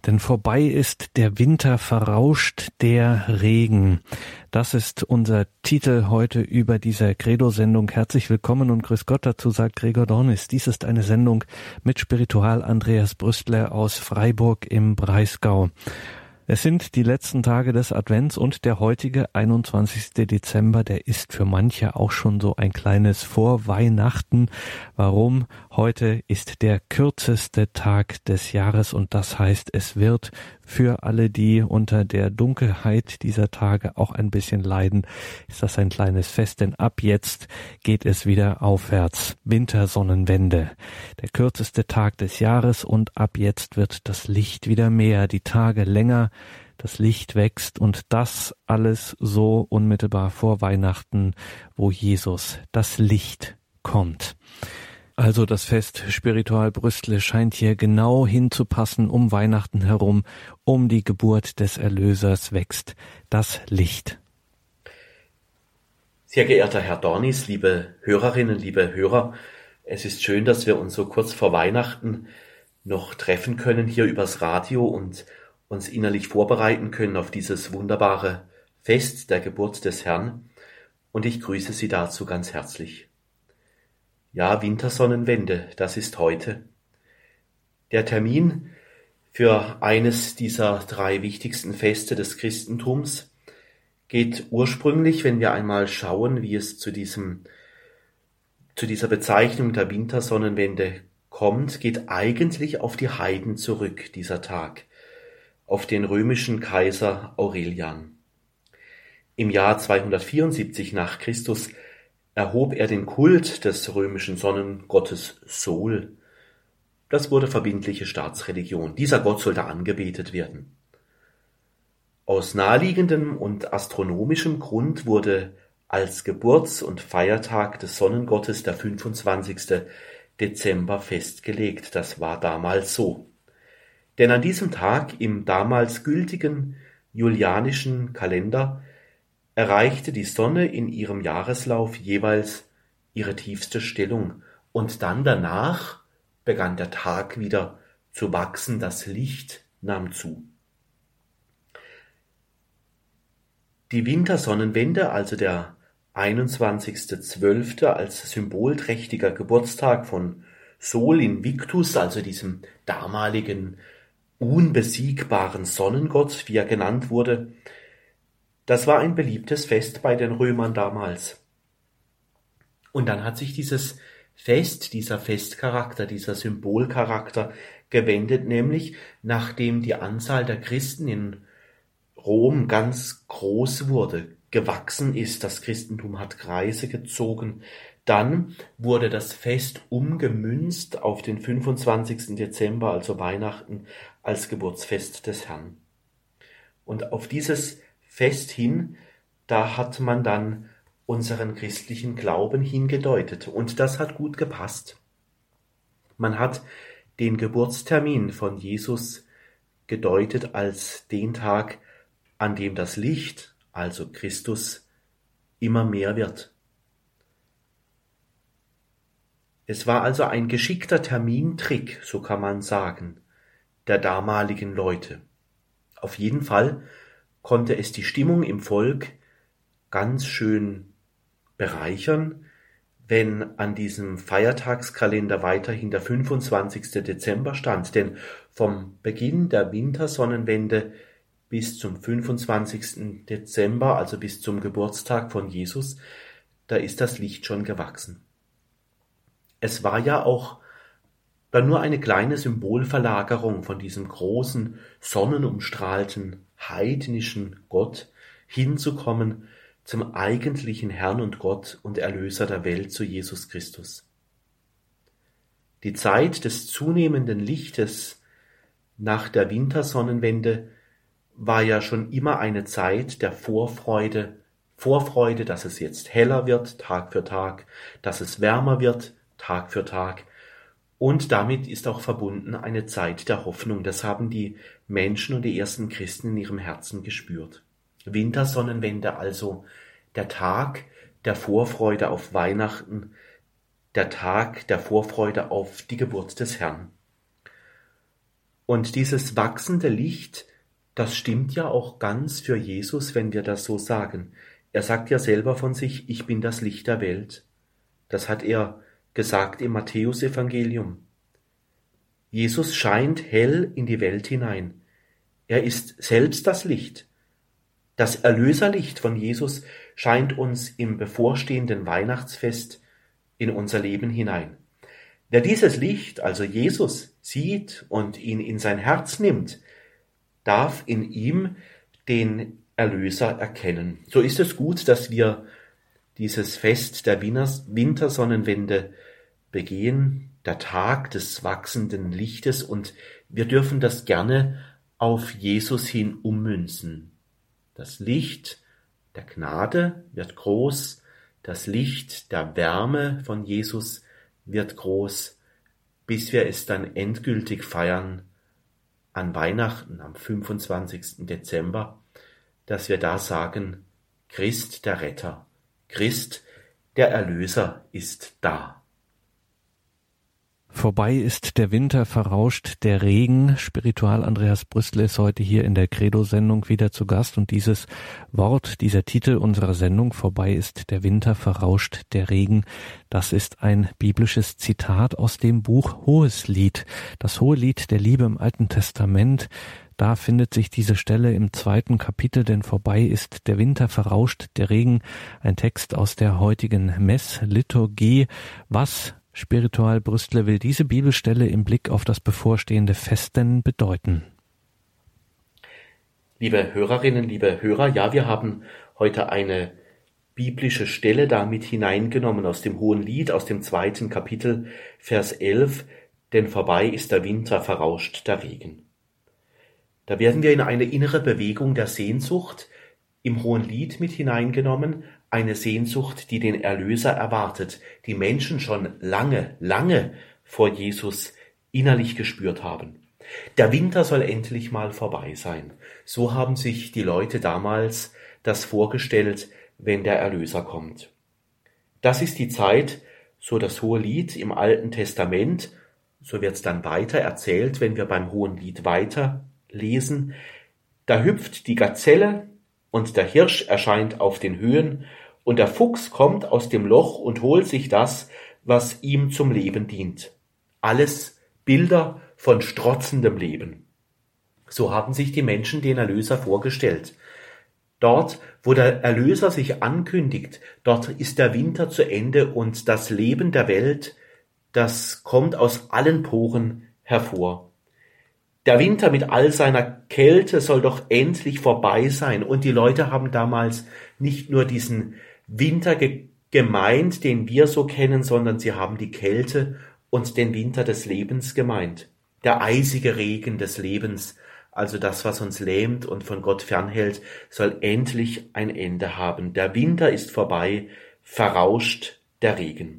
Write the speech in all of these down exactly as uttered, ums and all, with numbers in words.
Denn vorbei ist der Winter, verrauscht der Regen. Das ist unser Titel heute über dieser Credo-Sendung. Herzlich willkommen und grüß Gott, dazu sagt Gregor Dornis. Dies ist eine Sendung mit Spiritual Andreas Brüstler aus Freiburg im Breisgau. Es sind die letzten Tage des Advents und der heutige einundzwanzigste Dezember, der ist für manche auch schon so ein kleines Vorweihnachten. Warum? Heute ist der kürzeste Tag des Jahres und das heißt, es wird für alle, die unter der Dunkelheit dieser Tage auch ein bisschen leiden, ist das ein kleines Fest, denn ab jetzt geht es wieder aufwärts. Wintersonnenwende, der kürzeste Tag des Jahres und ab jetzt wird das Licht wieder mehr, die Tage länger, das Licht wächst und das alles so unmittelbar vor Weihnachten, wo Jesus, das Licht, kommt. Also das Fest Spiritual Brüstle scheint hier genau hinzupassen. Um Weihnachten herum, um die Geburt des Erlösers wächst das Licht. Sehr geehrter Herr Dornis, liebe Hörerinnen, liebe Hörer, es ist schön, dass wir uns so kurz vor Weihnachten noch treffen können hier übers Radio und uns innerlich vorbereiten können auf dieses wunderbare Fest der Geburt des Herrn. Und ich grüße Sie dazu ganz herzlich. Ja, Wintersonnenwende, das ist heute. Der Termin für eines dieser drei wichtigsten Feste des Christentums geht ursprünglich, wenn wir einmal schauen, wie es zu diesem, zu dieser Bezeichnung der Wintersonnenwende kommt, geht eigentlich auf die Heiden zurück, dieser Tag, auf den römischen Kaiser Aurelian. Im Jahr zweihundertvierundsiebzig nach Christus erhob er den Kult des römischen Sonnengottes Sol. Das wurde verbindliche Staatsreligion. Dieser Gott sollte angebetet werden. Aus naheliegendem und astronomischem Grund wurde als Geburts- und Feiertag des Sonnengottes der fünfundzwanzigste Dezember festgelegt. Das war damals so. Denn an diesem Tag im damals gültigen julianischen Kalender erreichte die Sonne in ihrem Jahreslauf jeweils ihre tiefste Stellung und dann danach begann der Tag wieder zu wachsen, das Licht nahm zu. Die Wintersonnenwende, also der einundzwanzigste zwölfte als symbolträchtiger Geburtstag von Sol Invictus, also diesem damaligen unbesiegbaren Sonnengott, wie er genannt wurde, das war ein beliebtes Fest bei den Römern damals. Und dann hat sich dieses Fest, dieser Festcharakter, dieser Symbolcharakter gewendet, nämlich nachdem die Anzahl der Christen in Rom ganz groß wurde, gewachsen ist, das Christentum hat Kreise gezogen, dann wurde das Fest umgemünzt auf den fünfundzwanzigsten Dezember, also Weihnachten, als Geburtsfest des Herrn. Und auf dieses Fest hin, da hat man dann unseren christlichen Glauben hingedeutet. Und das hat gut gepasst. Man hat den Geburtstermin von Jesus gedeutet als den Tag, an dem das Licht, also Christus, immer mehr wird. Es war also ein geschickter Termintrick, so kann man sagen, der damaligen Leute. Auf jeden Fall konnte es die Stimmung im Volk ganz schön bereichern, wenn an diesem Feiertagskalender weiterhin der fünfundzwanzigste Dezember stand. Denn vom Beginn der Wintersonnenwende bis zum fünfundzwanzigsten Dezember, also bis zum Geburtstag von Jesus, da ist das Licht schon gewachsen. Es war ja auch dann nur eine kleine Symbolverlagerung von diesem großen, sonnenumstrahlten, heidnischen Gott hinzukommen zum eigentlichen Herrn und Gott und Erlöser der Welt, zu Jesus Christus. Die Zeit des zunehmenden Lichtes nach der Wintersonnenwende war ja schon immer eine Zeit der Vorfreude, Vorfreude, dass es jetzt heller wird, Tag für Tag, dass es wärmer wird, Tag für Tag. Und damit ist auch verbunden eine Zeit der Hoffnung. Das haben die Menschen und die ersten Christen in ihrem Herzen gespürt. Wintersonnenwende also, der Tag der Vorfreude auf Weihnachten, der Tag der Vorfreude auf die Geburt des Herrn. Und dieses wachsende Licht, das stimmt ja auch ganz für Jesus, wenn wir das so sagen. Er sagt ja selber von sich, ich bin das Licht der Welt. Das hat er gesagt im Matthäusevangelium. Jesus scheint hell in die Welt hinein. Er ist selbst das Licht. Das Erlöserlicht von Jesus scheint uns im bevorstehenden Weihnachtsfest in unser Leben hinein. Wer dieses Licht, also Jesus, sieht und ihn in sein Herz nimmt, darf in ihm den Erlöser erkennen. So ist es gut, dass wir dieses Fest der Wintersonnenwende begehen, der Tag des wachsenden Lichtes, und wir dürfen das gerne auf Jesus hin ummünzen. Das Licht der Gnade wird groß, das Licht der Wärme von Jesus wird groß, bis wir es dann endgültig feiern an Weihnachten am fünfundzwanzigsten Dezember, dass wir da sagen, Christ der Retter, Christ der Erlöser ist da. Vorbei ist der Winter, verrauscht der Regen. Spiritual Andreas Brüstle ist heute hier in der Credo-Sendung wieder zu Gast, und dieses Wort, dieser Titel unserer Sendung, vorbei ist der Winter, verrauscht der Regen, das ist ein biblisches Zitat aus dem Buch Hoheslied. Das Hohelied der Liebe im Alten Testament. Da findet sich diese Stelle im zweiten Kapitel, denn vorbei ist der Winter, verrauscht der Regen, ein Text aus der heutigen Messliturgie. Was Spiritual Brüstle will diese Bibelstelle im Blick auf das bevorstehende Fest denn bedeuten? Liebe Hörerinnen, liebe Hörer, ja, wir haben heute eine biblische Stelle da mit hineingenommen aus dem Hohelied, aus dem zweiten Kapitel, Vers elf, denn vorbei ist der Winter, verrauscht der Regen. Da werden wir in eine innere Bewegung der Sehnsucht im Hohelied mit hineingenommen, eine Sehnsucht, die den Erlöser erwartet, die Menschen schon lange, lange vor Jesus innerlich gespürt haben. Der Winter soll endlich mal vorbei sein. So haben sich die Leute damals das vorgestellt, wenn der Erlöser kommt. Das ist die Zeit, so das Hohelied im Alten Testament, so wird es dann weiter erzählt, wenn wir beim Hohelied weiterlesen. Da hüpft die Gazelle und der Hirsch erscheint auf den Höhen, und der Fuchs kommt aus dem Loch und holt sich das, was ihm zum Leben dient. Alles Bilder von strotzendem Leben. So haben sich die Menschen den Erlöser vorgestellt. Dort, wo der Erlöser sich ankündigt, dort ist der Winter zu Ende und das Leben der Welt, das kommt aus allen Poren hervor. Der Winter mit all seiner Kälte soll doch endlich vorbei sein. Und die Leute haben damals nicht nur diesen Winter ge- gemeint, den wir so kennen, sondern sie haben die Kälte und den Winter des Lebens gemeint. Der eisige Regen des Lebens, also das, was uns lähmt und von Gott fernhält, soll endlich ein Ende haben. Der Winter ist vorbei, verrauscht der Regen.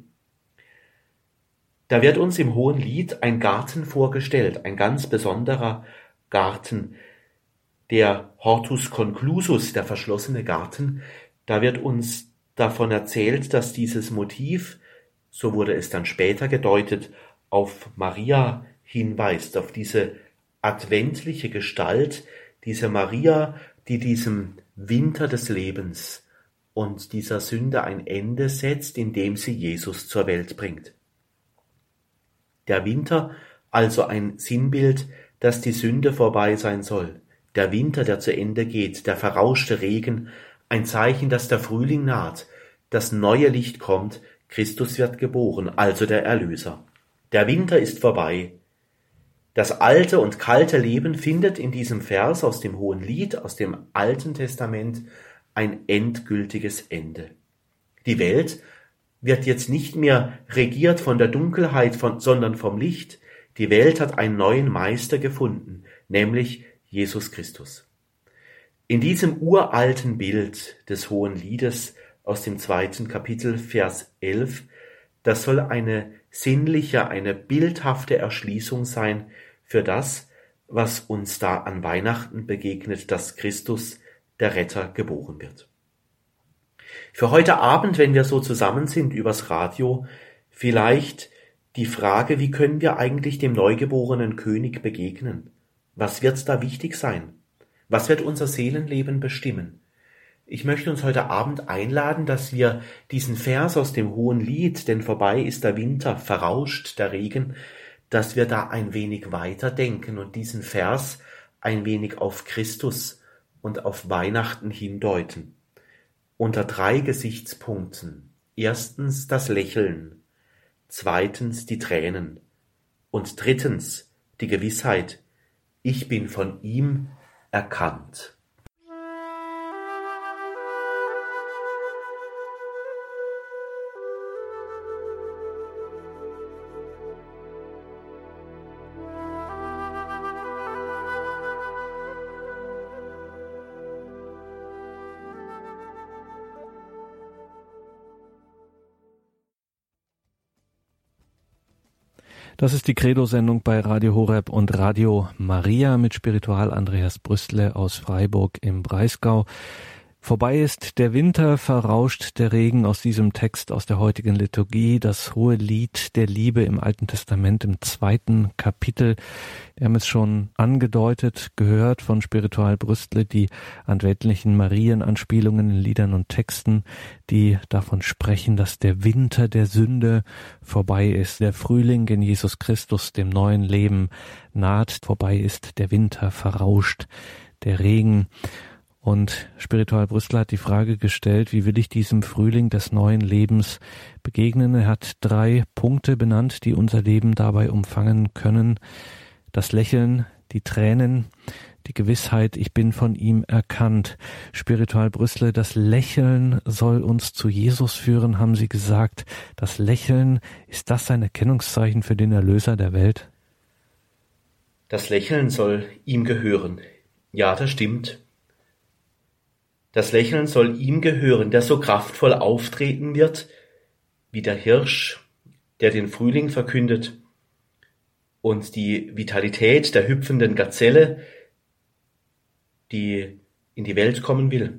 Da wird uns im Hohelied ein Garten vorgestellt, ein ganz besonderer Garten, der Hortus conclusus, der verschlossene Garten. Da wird uns davon erzählt, dass dieses Motiv, so wurde es dann später gedeutet, auf Maria hinweist, auf diese adventliche Gestalt, diese Maria, die diesem Winter des Lebens und dieser Sünde ein Ende setzt, indem sie Jesus zur Welt bringt. Der Winter, also ein Sinnbild, dass die Sünde vorbei sein soll. Der Winter, der zu Ende geht, der verrauschte Regen, ein Zeichen, dass der Frühling naht, das neue Licht kommt, Christus wird geboren, also der Erlöser. Der Winter ist vorbei. Das alte und kalte Leben findet in diesem Vers aus dem Hohelied, aus dem Alten Testament, ein endgültiges Ende. Die Welt wird jetzt nicht mehr regiert von der Dunkelheit, von, sondern vom Licht. Die Welt hat einen neuen Meister gefunden, nämlich Jesus Christus. In diesem uralten Bild des Hoheliedes aus dem zweiten Kapitel, Vers elf, das soll eine sinnliche, eine bildhafte Erschließung sein für das, was uns da an Weihnachten begegnet, dass Christus, der Retter, geboren wird. Für heute Abend, wenn wir so zusammen sind übers Radio, vielleicht die Frage, wie können wir eigentlich dem neugeborenen König begegnen? Was wird da wichtig sein? Was wird unser Seelenleben bestimmen? Ich möchte uns heute Abend einladen, dass wir diesen Vers aus dem Hohenlied, denn vorbei ist der Winter, verrauscht der Regen, dass wir da ein wenig weiter denken und diesen Vers ein wenig auf Christus und auf Weihnachten hindeuten. Unter drei Gesichtspunkten. Erstens das Lächeln, zweitens die Tränen und drittens die Gewissheit, ich bin von ihm erkannt. Das ist die Credo-Sendung bei Radio Horeb und Radio Maria mit Spiritual Andreas Brüstle aus Freiburg im Breisgau. Vorbei ist der Winter, verrauscht der Regen, aus diesem Text aus der heutigen Liturgie, das hohe Lied der Liebe im Alten Testament im zweiten Kapitel. Wir haben es schon angedeutet, gehört von Spiritual Brüstle, die adventlichen Marienanspielungen in Liedern und Texten, die davon sprechen, dass der Winter der Sünde vorbei ist, der Frühling in Jesus Christus, dem neuen Leben naht, vorbei ist der Winter, verrauscht der Regen. Und Spiritual Brüstle hat die Frage gestellt, wie will ich diesem Frühling des neuen Lebens begegnen? Er hat drei Punkte benannt, die unser Leben dabei umfangen können. Das Lächeln, die Tränen, die Gewissheit, ich bin von ihm erkannt. Spiritual Brüstle, das Lächeln soll uns zu Jesus führen, haben Sie gesagt. Das Lächeln, ist das ein Erkennungszeichen für den Erlöser der Welt? Das Lächeln soll ihm gehören. Ja, das stimmt. Das Lächeln soll ihm gehören, der so kraftvoll auftreten wird, wie der Hirsch, der den Frühling verkündet, und die Vitalität der hüpfenden Gazelle, die in die Welt kommen will.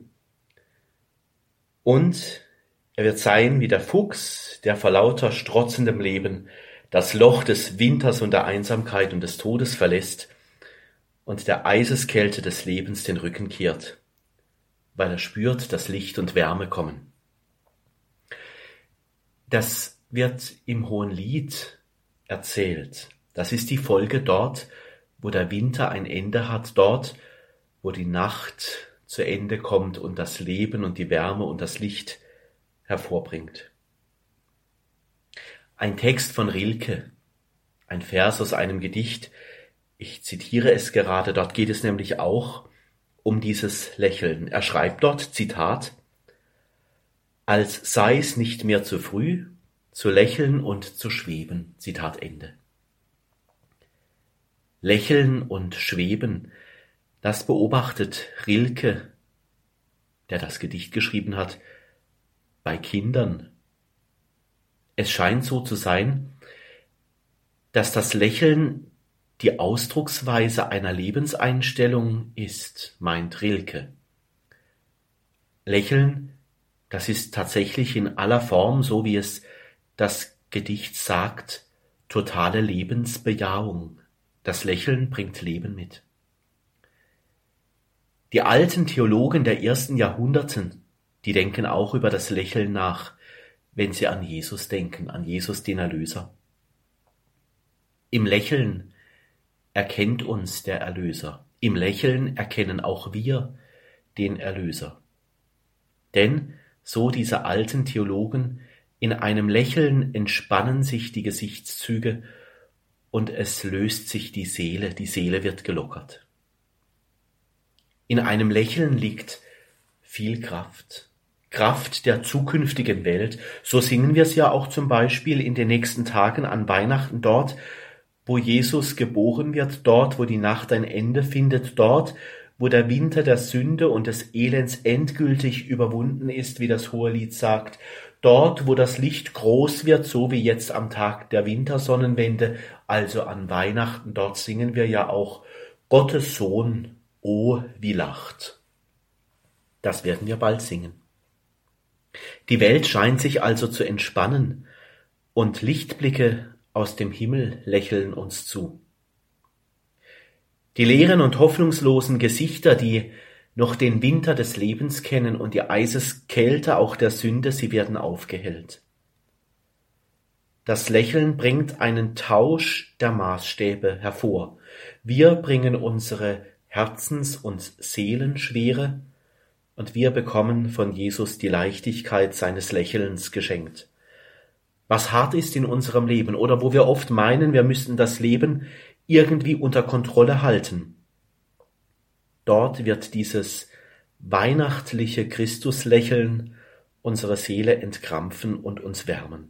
Und er wird sein wie der Fuchs, der vor lauter strotzendem Leben das Loch des Winters und der Einsamkeit und des Todes verlässt und der Eiseskälte des Lebens den Rücken kehrt, weil er spürt, dass Licht und Wärme kommen. Das wird im Hohenlied erzählt. Das ist die Folge dort, wo der Winter ein Ende hat, dort, wo die Nacht zu Ende kommt und das Leben und die Wärme und das Licht hervorbringt. Ein Text von Rilke, ein Vers aus einem Gedicht, ich zitiere es gerade, dort geht es nämlich auch um dieses Lächeln. Er schreibt dort, Zitat, als sei es nicht mehr zu früh, zu lächeln und zu schweben. Zitat Ende. Lächeln und Schweben, das beobachtet Rilke, der das Gedicht geschrieben hat, bei Kindern. Es scheint so zu sein, dass das Lächeln die Ausdrucksweise einer Lebenseinstellung ist, meint Rilke. Lächeln, das ist tatsächlich in aller Form, so wie es das Gedicht sagt, totale Lebensbejahung. Das Lächeln bringt Leben mit. Die alten Theologen der ersten Jahrhunderten, die denken auch über das Lächeln nach, wenn sie an Jesus denken, an Jesus den Erlöser. Im Lächeln erkennt uns der Erlöser. Im Lächeln erkennen auch wir den Erlöser. Denn, so diese alten Theologen, in einem Lächeln entspannen sich die Gesichtszüge und es löst sich die Seele, die Seele wird gelockert. In einem Lächeln liegt viel Kraft, Kraft der zukünftigen Welt. So singen wir es ja auch zum Beispiel in den nächsten Tagen an Weihnachten dort, wo Jesus geboren wird, dort, wo die Nacht ein Ende findet, dort, wo der Winter der Sünde und des Elends endgültig überwunden ist, wie das Hohelied sagt, dort, wo das Licht groß wird, so wie jetzt am Tag der Wintersonnenwende, also an Weihnachten, dort singen wir ja auch Gottes Sohn, o wie lacht. Das werden wir bald singen. Die Welt scheint sich also zu entspannen und Lichtblicke aus dem Himmel lächeln uns zu. Die leeren und hoffnungslosen Gesichter, die noch den Winter des Lebens kennen und die Eiseskälte auch der Sünde, sie werden aufgehellt. Das Lächeln bringt einen Tausch der Maßstäbe hervor. Wir bringen unsere Herzens- und Seelenschwere und wir bekommen von Jesus die Leichtigkeit seines Lächelns geschenkt. Was hart ist in unserem Leben oder wo wir oft meinen, wir müssten das Leben irgendwie unter Kontrolle halten. Dort wird dieses weihnachtliche Christuslächeln unsere Seele entkrampfen und uns wärmen.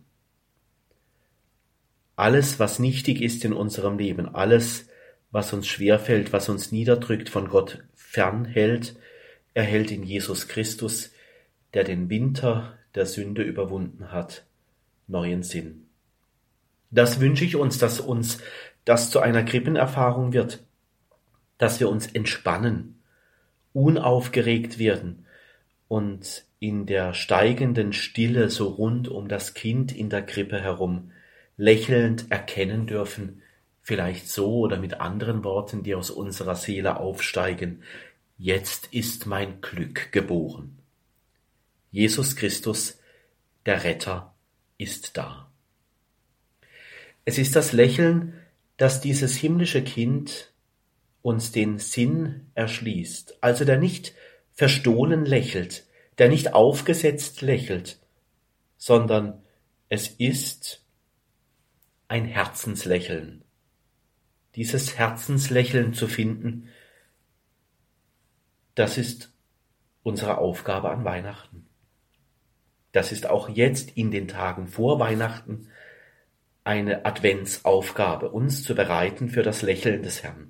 Alles, was nichtig ist in unserem Leben, alles, was uns schwerfällt, was uns niederdrückt, von Gott fernhält, erhält in Jesus Christus, der den Winter der Sünde überwunden hat, neuen Sinn. Das wünsche ich uns, dass uns das zu einer Krippenerfahrung wird, dass wir uns entspannen, unaufgeregt werden und in der steigenden Stille so rund um das Kind in der Krippe herum lächelnd erkennen dürfen, vielleicht so oder mit anderen Worten, die aus unserer Seele aufsteigen: Jetzt ist mein Glück geboren. Jesus Christus, der Retter, ist da. Es ist das Lächeln, das dieses himmlische Kind uns den Sinn erschließt, also der nicht verstohlen lächelt, der nicht aufgesetzt lächelt, sondern es ist ein Herzenslächeln. Dieses Herzenslächeln zu finden, das ist unsere Aufgabe an Weihnachten. Das ist auch jetzt in den Tagen vor Weihnachten eine Adventsaufgabe, uns zu bereiten für das Lächeln des Herrn.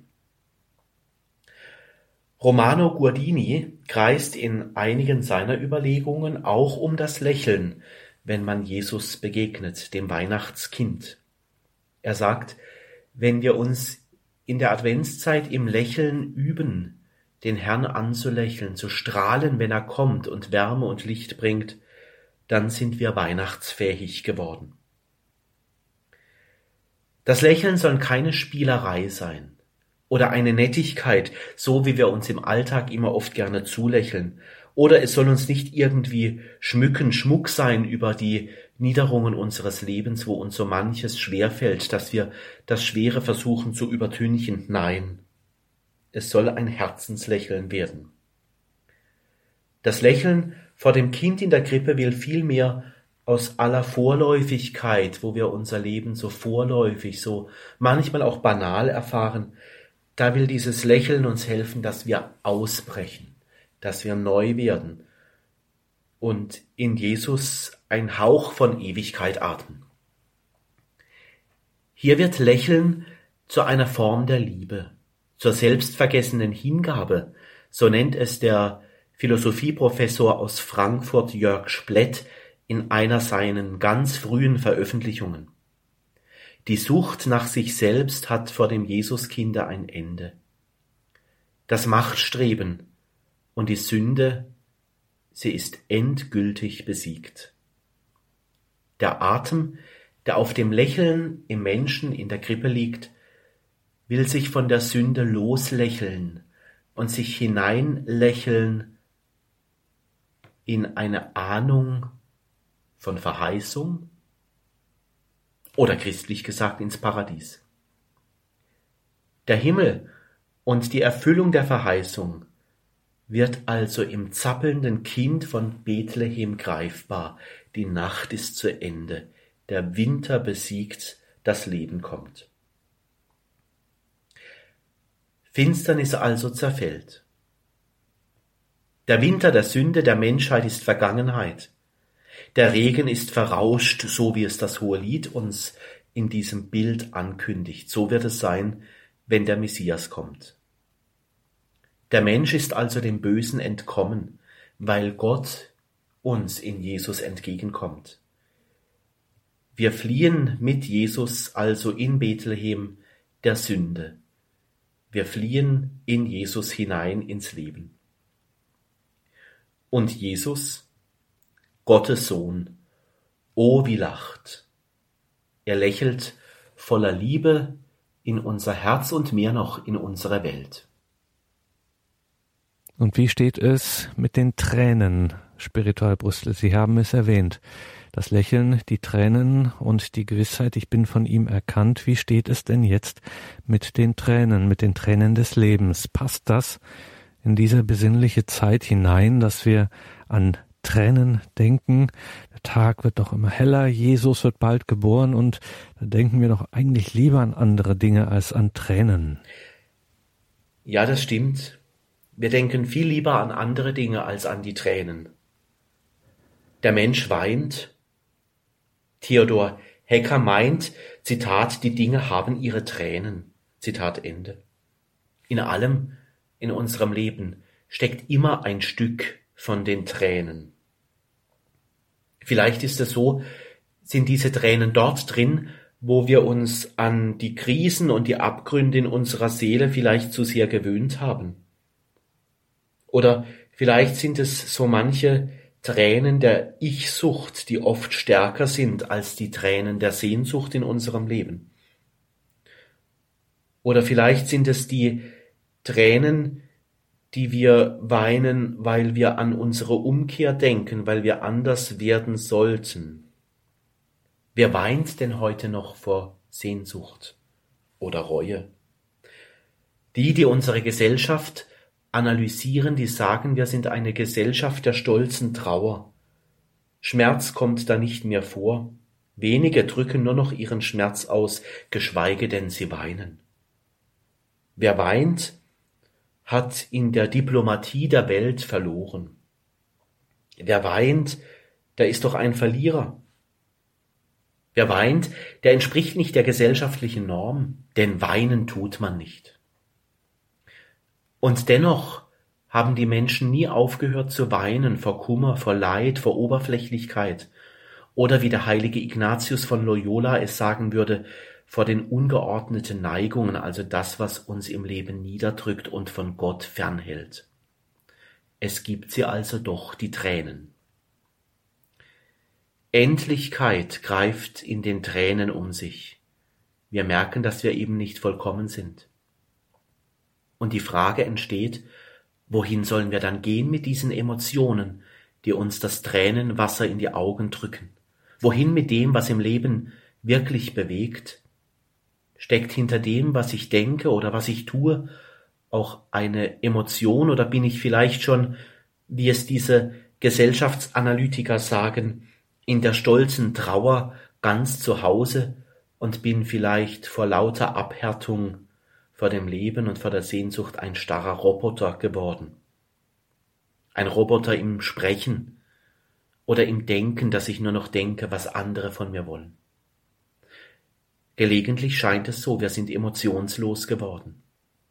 Romano Guardini kreist in einigen seiner Überlegungen auch um das Lächeln, wenn man Jesus begegnet, dem Weihnachtskind. Er sagt, wenn wir uns in der Adventszeit im Lächeln üben, den Herrn anzulächeln, zu strahlen, wenn er kommt und Wärme und Licht bringt, dann sind wir weihnachtsfähig geworden. Das Lächeln soll keine Spielerei sein oder eine Nettigkeit, so wie wir uns im Alltag immer oft gerne zulächeln. Oder es soll uns nicht irgendwie schmücken, Schmuck sein über die Niederungen unseres Lebens, wo uns so manches schwerfällt, dass wir das Schwere versuchen zu übertünchen. Nein, es soll ein Herzenslächeln werden. Das Lächeln vor dem Kind in der Krippe will vielmehr aus aller Vorläufigkeit, wo wir unser Leben so vorläufig, so manchmal auch banal erfahren, da will dieses Lächeln uns helfen, dass wir ausbrechen, dass wir neu werden und in Jesus ein Hauch von Ewigkeit atmen. Hier wird Lächeln zu einer Form der Liebe, zur selbstvergessenen Hingabe, so nennt es der Philosophieprofessor aus Frankfurt Jörg Splett in einer seiner ganz frühen Veröffentlichungen. Die Sucht nach sich selbst hat vor dem Jesuskinde ein Ende. Das Machtstreben und die Sünde, sie ist endgültig besiegt. Der Atem, der auf dem Lächeln im Menschen in der Krippe liegt, will sich von der Sünde loslächeln und sich hineinlächeln in eine Ahnung von Verheißung oder christlich gesagt ins Paradies. Der Himmel und die Erfüllung der Verheißung wird also im zappelnden Kind von Bethlehem greifbar. Die Nacht ist zu Ende, der Winter besiegt, das Leben kommt. Finsternis also zerfällt. Der Winter der Sünde der Menschheit ist Vergangenheit. Der Regen ist verrauscht, so wie es das Hohe Lied uns in diesem Bild ankündigt. So wird es sein, wenn der Messias kommt. Der Mensch ist also dem Bösen entkommen, weil Gott uns in Jesus entgegenkommt. Wir fliehen mit Jesus also in Bethlehem der Sünde. Wir fliehen in Jesus hinein ins Leben. Und Jesus, Gottes Sohn, oh wie lacht. Er lächelt voller Liebe in unser Herz und mehr noch in unsere Welt. Und wie steht es mit den Tränen, Spiritual Brüssel? Sie haben es erwähnt. Das Lächeln, die Tränen und die Gewissheit, ich bin von ihm erkannt. Wie steht es denn jetzt mit den Tränen, mit den Tränen des Lebens? Passt das in diese besinnliche Zeit hinein, dass wir an Tränen denken? Der Tag wird doch immer heller, Jesus wird bald geboren und da denken wir doch eigentlich lieber an andere Dinge als an Tränen. Ja, das stimmt. Wir denken viel lieber an andere Dinge als an die Tränen. Der Mensch weint. Theodor Hecker meint, Zitat, die Dinge haben ihre Tränen. Zitat Ende. In allem in unserem Leben steckt immer ein Stück von den Tränen. Vielleicht ist es so, sind diese Tränen dort drin, wo wir uns an die Krisen und die Abgründe in unserer Seele vielleicht zu sehr gewöhnt haben. Oder vielleicht sind es so manche Tränen der Ich-Sucht, die oft stärker sind als die Tränen der Sehnsucht in unserem Leben. Oder vielleicht sind es die Tränen, die wir weinen, weil wir an unsere Umkehr denken, weil wir anders werden sollten. Wer weint denn heute noch vor Sehnsucht oder Reue? Die, die unsere Gesellschaft analysieren, die sagen, wir sind eine Gesellschaft der stolzen Trauer. Schmerz kommt da nicht mehr vor. Wenige drücken nur noch ihren Schmerz aus, geschweige denn sie weinen. Wer weint, hat in der Diplomatie der Welt verloren. Wer weint, der ist doch ein Verlierer. Wer weint, der entspricht nicht der gesellschaftlichen Norm, denn weinen tut man nicht. Und dennoch haben die Menschen nie aufgehört zu weinen vor Kummer, vor Leid, vor Oberflächlichkeit oder wie der heilige Ignatius von Loyola es sagen würde, vor den ungeordneten Neigungen, also das, was uns im Leben niederdrückt und von Gott fernhält. Es gibt sie also doch, die Tränen. Endlichkeit greift in den Tränen um sich. Wir merken, dass wir eben nicht vollkommen sind. Und die Frage entsteht, wohin sollen wir dann gehen mit diesen Emotionen, die uns das Tränenwasser in die Augen drücken? Wohin mit dem, was im Leben wirklich bewegt? Steckt hinter dem, was ich denke oder was ich tue, auch eine Emotion oder bin ich vielleicht schon, wie es diese Gesellschaftsanalytiker sagen, in der stolzen Trauer ganz zu Hause und bin vielleicht vor lauter Abhärtung vor dem Leben und vor der Sehnsucht ein starrer Roboter geworden. Ein Roboter im Sprechen oder im Denken, dass ich nur noch denke, was andere von mir wollen. Gelegentlich scheint es so, wir sind emotionslos geworden.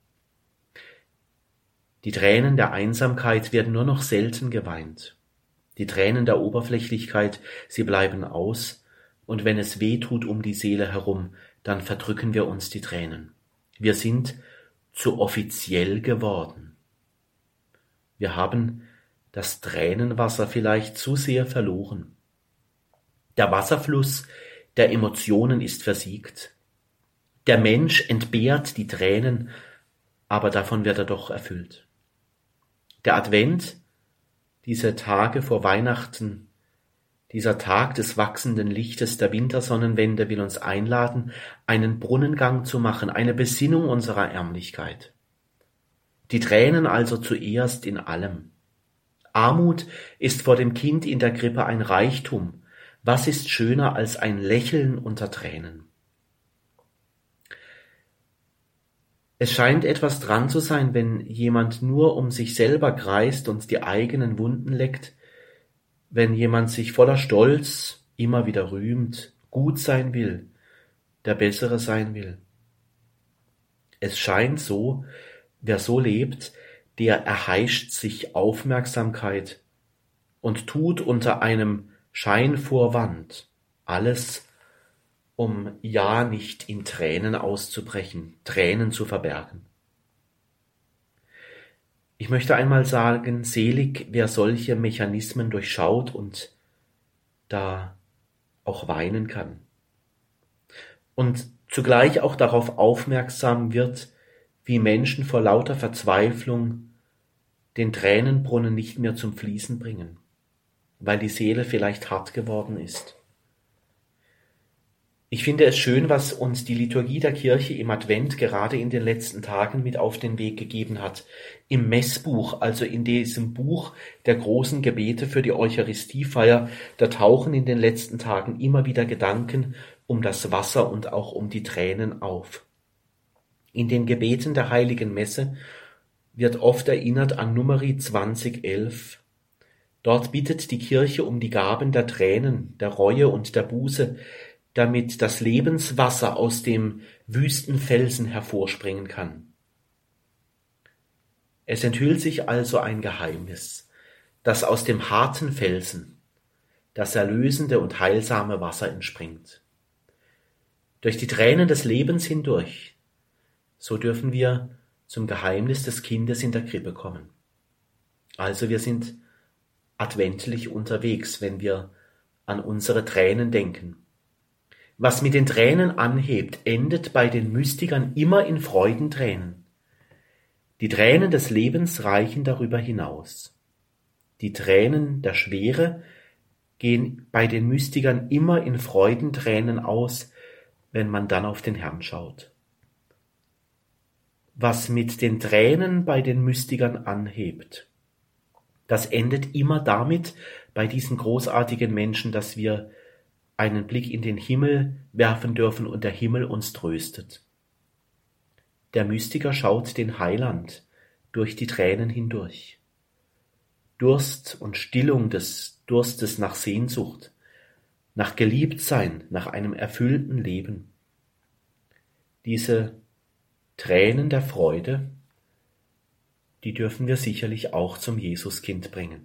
Die Tränen der Einsamkeit werden nur noch selten geweint. Die Tränen der Oberflächlichkeit, sie bleiben aus, und wenn es weh tut um die Seele herum, dann verdrücken wir uns die Tränen. Wir sind zu offiziell geworden. Wir haben das Tränenwasser vielleicht zu sehr verloren. Der Wasserfluss der Emotionen ist versiegt. Der Mensch entbehrt die Tränen, aber davon wird er doch erfüllt. Der Advent, diese Tage vor Weihnachten, dieser Tag des wachsenden Lichtes der Wintersonnenwende will uns einladen, einen Brunnengang zu machen, eine Besinnung unserer Ärmlichkeit. Die Tränen also zuerst in allem. Armut ist vor dem Kind in der Krippe ein Reichtum. Was ist schöner als ein Lächeln unter Tränen? Es scheint etwas dran zu sein, wenn jemand nur um sich selber kreist und die eigenen Wunden leckt, wenn jemand sich voller Stolz immer wieder rühmt, gut sein will, der Bessere sein will. Es scheint so, wer so lebt, der erheischt sich Aufmerksamkeit und tut unter einem Scheinvorwand alles, um ja nicht in Tränen auszubrechen, Tränen zu verbergen. Ich möchte einmal sagen, selig, wer solche Mechanismen durchschaut und da auch weinen kann. Und zugleich auch darauf aufmerksam wird, wie Menschen vor lauter Verzweiflung den Tränenbrunnen nicht mehr zum Fließen bringen, weil die Seele vielleicht hart geworden ist. Ich finde es schön, was uns die Liturgie der Kirche im Advent gerade in den letzten Tagen mit auf den Weg gegeben hat. Im Messbuch, also in diesem Buch der großen Gebete für die Eucharistiefeier, da tauchen in den letzten Tagen immer wieder Gedanken um das Wasser und auch um die Tränen auf. In den Gebeten der Heiligen Messe wird oft erinnert an Numeri zwanzig elf. Dort bittet die Kirche um die Gaben der Tränen, der Reue und der Buße, damit das Lebenswasser aus dem wüsten Felsen hervorspringen kann. Es enthüllt sich also ein Geheimnis, dass aus dem harten Felsen das erlösende und heilsame Wasser entspringt. Durch die Tränen des Lebens hindurch, so dürfen wir zum Geheimnis des Kindes in der Krippe kommen. Also wir sind adventlich unterwegs, wenn wir an unsere Tränen denken. Was mit den Tränen anhebt, endet bei den Mystikern immer in Freudentränen. Die Tränen des Lebens reichen darüber hinaus. Die Tränen der Schwere gehen bei den Mystikern immer in Freudentränen aus, wenn man dann auf den Herrn schaut. Was mit den Tränen bei den Mystikern anhebt, das endet immer damit bei diesen großartigen Menschen, dass wir einen Blick in den Himmel werfen dürfen und der Himmel uns tröstet. Der Mystiker schaut den Heiland durch die Tränen hindurch. Durst und Stillung des Durstes nach Sehnsucht, nach Geliebtsein, nach einem erfüllten Leben. Diese Tränen der Freude, die dürfen wir sicherlich auch zum Jesuskind bringen.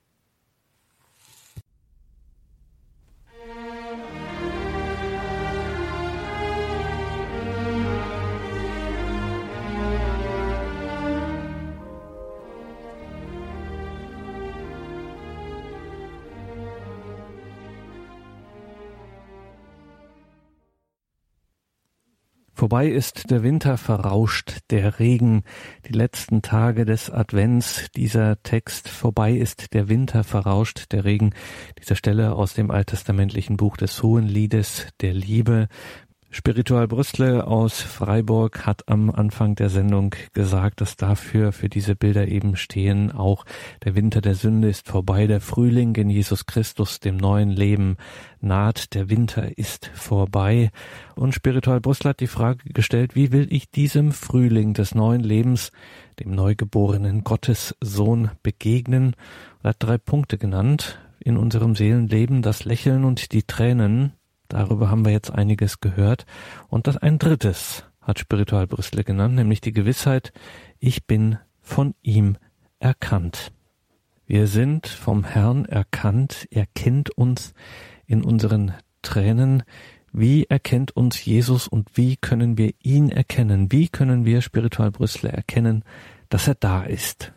Vorbei ist der Winter, verrauscht der Regen. Die letzten Tage des Advents, dieser Text, vorbei ist der Winter, verrauscht der Regen. Diese Stelle aus dem alttestamentlichen Buch des Hohenliedes der Liebe. Spiritual Brüssle aus Freiburg hat am Anfang der Sendung gesagt, dass dafür, für diese Bilder eben stehen, auch der Winter der Sünde ist vorbei, der Frühling in Jesus Christus, dem neuen Leben naht, der Winter ist vorbei. Und Spiritual Brüssle hat die Frage gestellt, wie will ich diesem Frühling des neuen Lebens, dem neugeborenen Gottessohn, begegnen? Er hat drei Punkte genannt in unserem Seelenleben, das Lächeln und die Tränen. Darüber haben wir jetzt einiges gehört. Und das ein drittes hat Spiritual Brüssle genannt, nämlich die Gewissheit, ich bin von ihm erkannt. Wir sind vom Herrn erkannt, er kennt uns in unseren Tränen. Wie erkennt uns Jesus und wie können wir ihn erkennen? Wie können wir, Spiritual Brüssle, erkennen, dass er da ist?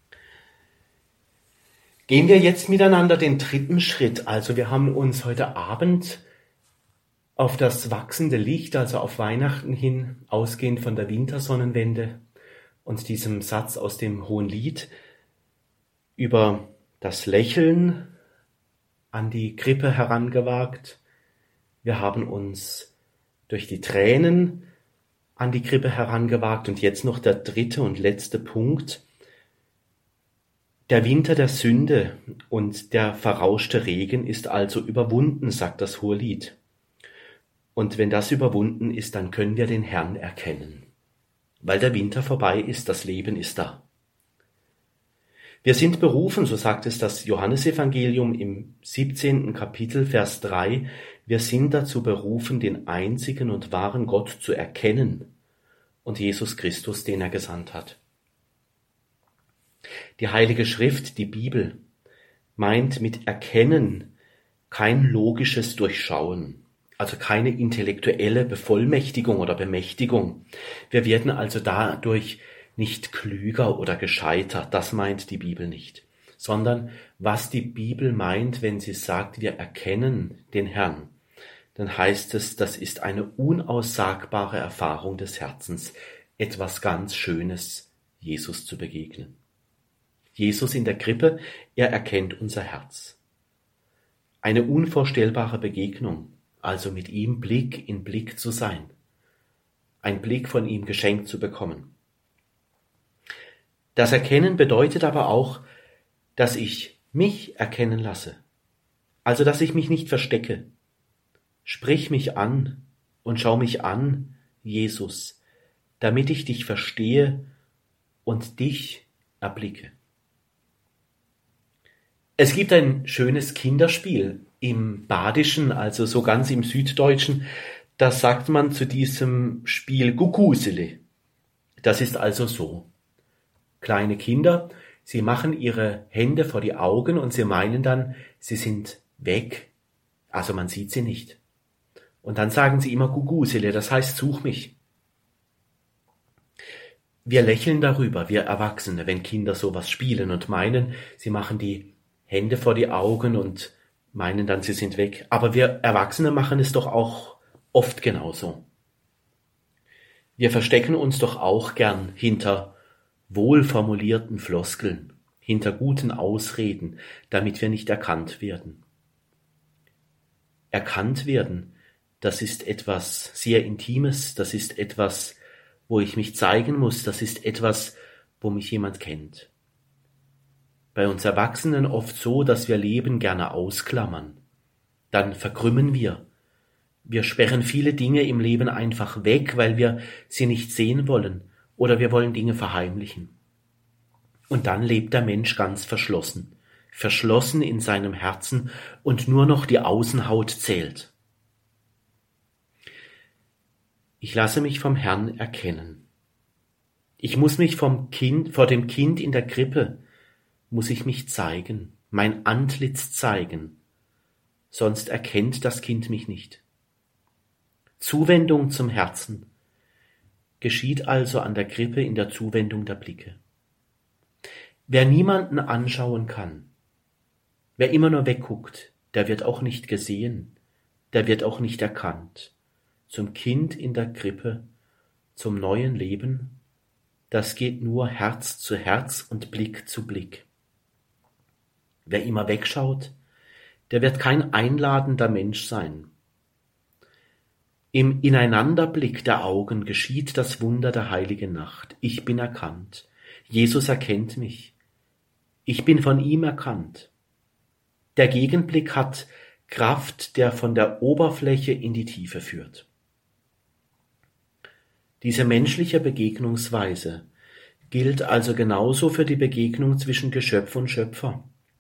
Gehen wir jetzt miteinander den dritten Schritt. Also wir haben uns heute Abend auf das wachsende Licht, also auf Weihnachten hin, ausgehend von der Wintersonnenwende und diesem Satz aus dem Hohenlied, über das Lächeln an die Krippe herangewagt. Wir haben uns durch die Tränen an die Krippe herangewagt und jetzt noch der dritte und letzte Punkt. Der Winter der Sünde und der verrauschte Regen ist also überwunden, sagt das Hohelied. Und wenn das überwunden ist, dann können wir den Herrn erkennen. Weil der Winter vorbei ist, das Leben ist da. Wir sind berufen, so sagt es das Johannesevangelium im siebzehnten Kapitel, Vers drei, wir sind dazu berufen, den einzigen und wahren Gott zu erkennen und Jesus Christus, den er gesandt hat. Die Heilige Schrift, die Bibel, meint mit Erkennen kein logisches Durchschauen. Also keine intellektuelle Bevollmächtigung oder Bemächtigung. Wir werden also dadurch nicht klüger oder gescheiter, das meint die Bibel nicht. Sondern was die Bibel meint, wenn sie sagt, wir erkennen den Herrn, dann heißt es, das ist eine unaussagbare Erfahrung des Herzens, etwas ganz Schönes, Jesus zu begegnen. Jesus in der Krippe, er erkennt unser Herz. Eine unvorstellbare Begegnung, also mit ihm Blick in Blick zu sein, ein Blick von ihm geschenkt zu bekommen. Das Erkennen bedeutet aber auch, dass ich mich erkennen lasse, also dass ich mich nicht verstecke. Sprich mich an und schau mich an, Jesus, damit ich dich verstehe und dich erblicke. Es gibt ein schönes Kinderspiel im Badischen, also so ganz im Süddeutschen, da sagt man zu diesem Spiel Guckusele. Das ist also so. Kleine Kinder, sie machen ihre Hände vor die Augen und sie meinen dann, sie sind weg, also man sieht sie nicht. Und dann sagen sie immer Guckusele, das heißt such mich. Wir lächeln darüber, wir Erwachsene, wenn Kinder sowas spielen und meinen, sie machen die Hände vor die Augen und meinen dann, sie sind weg. Aber wir Erwachsene machen es doch auch oft genauso. Wir verstecken uns doch auch gern hinter wohlformulierten Floskeln, hinter guten Ausreden, damit wir nicht erkannt werden. Erkannt werden, das ist etwas sehr Intimes, das ist etwas, wo ich mich zeigen muss, das ist etwas, wo mich jemand kennt. Bei uns Erwachsenen oft so, dass wir Leben gerne ausklammern. Dann verkrümmen wir. Wir sperren viele Dinge im Leben einfach weg, weil wir sie nicht sehen wollen oder wir wollen Dinge verheimlichen. Und dann lebt der Mensch ganz verschlossen, verschlossen in seinem Herzen und nur noch die Außenhaut zählt. Ich lasse mich vom Herrn erkennen. Ich muss mich vom Kind, vor dem Kind in der Krippe, muss ich mich zeigen, mein Antlitz zeigen, sonst erkennt das Kind mich nicht. Zuwendung zum Herzen geschieht also an der Krippe in der Zuwendung der Blicke. Wer niemanden anschauen kann, wer immer nur wegguckt, der wird auch nicht gesehen, der wird auch nicht erkannt. Zum Kind in der Krippe, zum neuen Leben, das geht nur Herz zu Herz und Blick zu Blick. Wer immer wegschaut, der wird kein einladender Mensch sein. Im Ineinanderblick der Augen geschieht das Wunder der heiligen Nacht. Ich bin erkannt. Jesus erkennt mich. Ich bin von ihm erkannt. Der Gegenblick hat Kraft, der von der Oberfläche in die Tiefe führt. Diese menschliche Begegnungsweise gilt also genauso für die Begegnung zwischen Geschöpf und Schöpfer.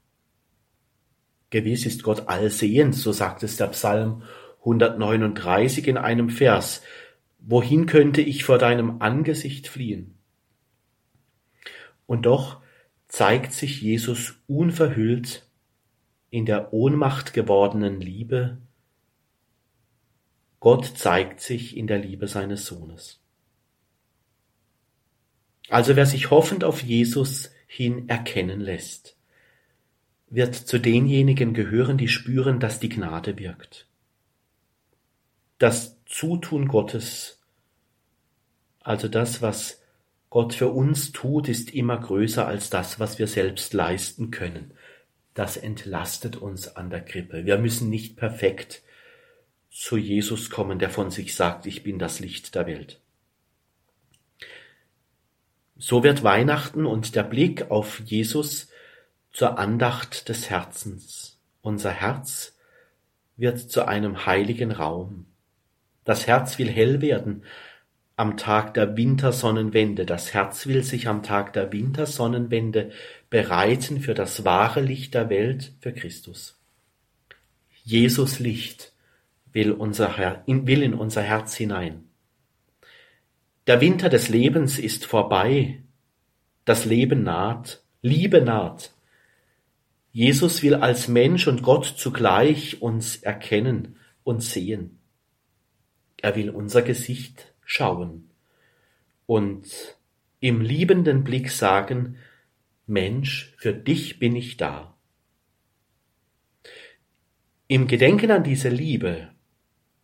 Gewiss ist Gott allsehend, so sagt es der Psalm hundertneununddreißig in einem Vers. Wohin könnte ich vor deinem Angesicht fliehen? Und doch zeigt sich Jesus unverhüllt in der Ohnmacht gewordenen Liebe. Gott zeigt sich in der Liebe seines Sohnes. Also wer sich hoffend auf Jesus hin erkennen lässt, wird zu denjenigen gehören, die spüren, dass die Gnade wirkt. Das Zutun Gottes, also das, was Gott für uns tut, ist immer größer als das, was wir selbst leisten können. Das entlastet uns an der Krippe. Wir müssen nicht perfekt zu Jesus kommen, der von sich sagt, ich bin das Licht der Welt. So wird Weihnachten und der Blick auf Jesus zur Andacht des Herzens. Unser Herz wird zu einem heiligen Raum. Das Herz will hell werden am Tag der Wintersonnenwende. Das Herz will sich am Tag der Wintersonnenwende bereiten für das wahre Licht der Welt, für Christus. Jesus Licht will, unser Her- will in unser Herz hinein. Der Winter des Lebens ist vorbei. Das Leben naht. Liebe naht. Jesus will als Mensch und Gott zugleich uns erkennen und sehen. Er will unser Gesicht schauen und im liebenden Blick sagen, Mensch, für dich bin ich da. Im Gedenken an diese Liebe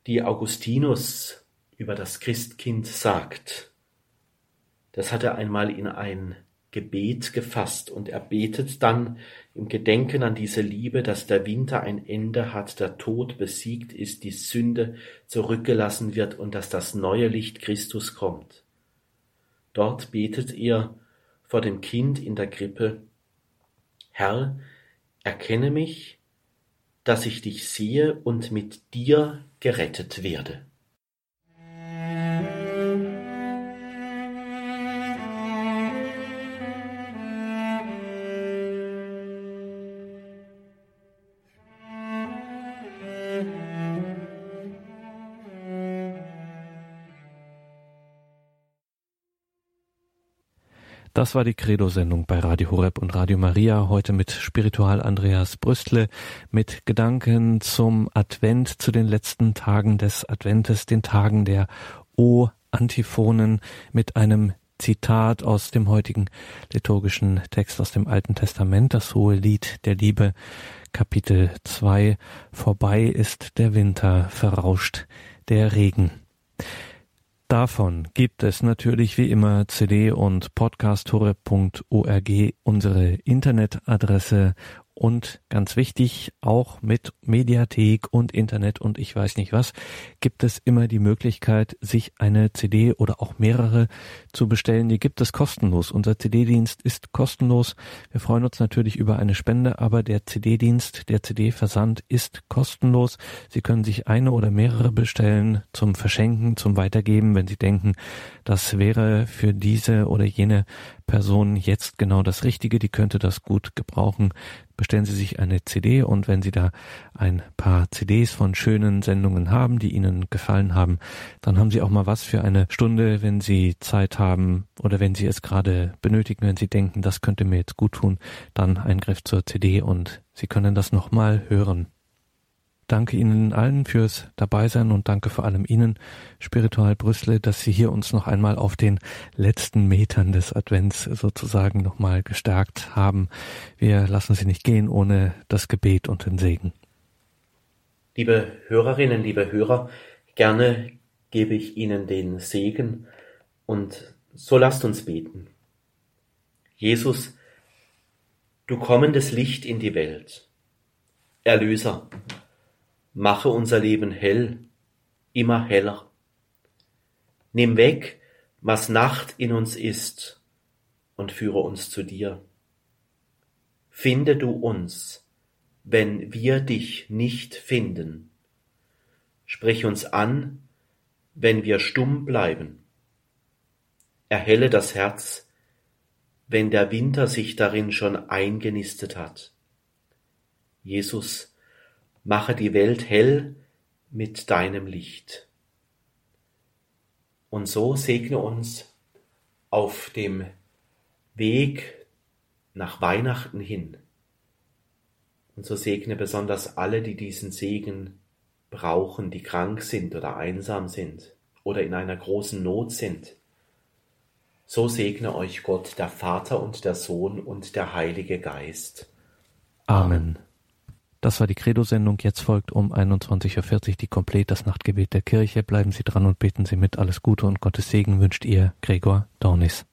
die Augustinus über das Christkind sagt, das hat er einmal in ein Gebet gefasst und er betet dann im Gedenken an diese Liebe, dass der Winter ein Ende hat, der Tod besiegt ist, die Sünde zurückgelassen wird und dass das neue Licht Christus kommt. Dort betet er vor dem Kind in der Krippe: Herr, erkenne mich, dass ich dich sehe und mit dir gerettet werde. Das war die Credo-Sendung bei Radio Horeb und Radio Maria, heute mit Spiritual Andreas Brüstle, mit Gedanken zum Advent, zu den letzten Tagen des Adventes, den Tagen der O-Antiphonen, mit einem Zitat aus dem heutigen liturgischen Text aus dem Alten Testament, das Hohe Lied der Liebe, Kapitel zwei, vorbei ist der Winter, verrauscht der Regen. Davon gibt es natürlich wie immer C D und Podcast horeb punkt org, unsere Internetadresse, und ganz wichtig, auch mit Mediathek und Internet und ich weiß nicht was, gibt es immer die Möglichkeit, sich eine C D oder auch mehrere zu bestellen. Die gibt es kostenlos. Unser C D-Dienst ist kostenlos. Wir freuen uns natürlich über eine Spende, aber der C D-Dienst, der C D-Versand ist kostenlos. Sie können sich eine oder mehrere bestellen zum Verschenken, zum Weitergeben, wenn Sie denken, das wäre für diese oder jene Person jetzt genau das Richtige, die könnte das gut gebrauchen. Bestellen Sie sich eine C D und wenn Sie da ein paar C Ds von schönen Sendungen haben, die Ihnen gefallen haben, dann haben Sie auch mal was für eine Stunde, wenn Sie Zeit haben oder wenn Sie es gerade benötigen, wenn Sie denken, das könnte mir jetzt gut tun, dann ein Griff zur C D und Sie können das nochmal hören. Danke Ihnen allen fürs Dabeisein und danke vor allem Ihnen, Spiritual Brüstle, dass Sie hier uns noch einmal auf den letzten Metern des Advents sozusagen nochmal gestärkt haben. Wir lassen Sie nicht gehen ohne das Gebet und den Segen. Liebe Hörerinnen, liebe Hörer, gerne gebe ich Ihnen den Segen und so lasst uns beten. Jesus, du kommendes Licht in die Welt, Erlöser, mache unser Leben hell, immer heller. Nimm weg, was Nacht in uns ist, und führe uns zu dir. Finde du uns, wenn wir dich nicht finden. Sprich uns an, wenn wir stumm bleiben. Erhelle das Herz, wenn der Winter sich darin schon eingenistet hat. Jesus, mache die Welt hell mit deinem Licht. Und so segne uns auf dem Weg nach Weihnachten hin. Und so segne besonders alle, die diesen Segen brauchen, die krank sind oder einsam sind oder in einer großen Not sind. So segne euch Gott, der Vater und der Sohn und der Heilige Geist. Amen. Das war die Credo-Sendung. Jetzt folgt um einundzwanzig Uhr vierzig die Komplett, das Nachtgebet der Kirche. Bleiben Sie dran und beten Sie mit. Alles Gute und Gottes Segen wünscht Ihr Gregor Dornis.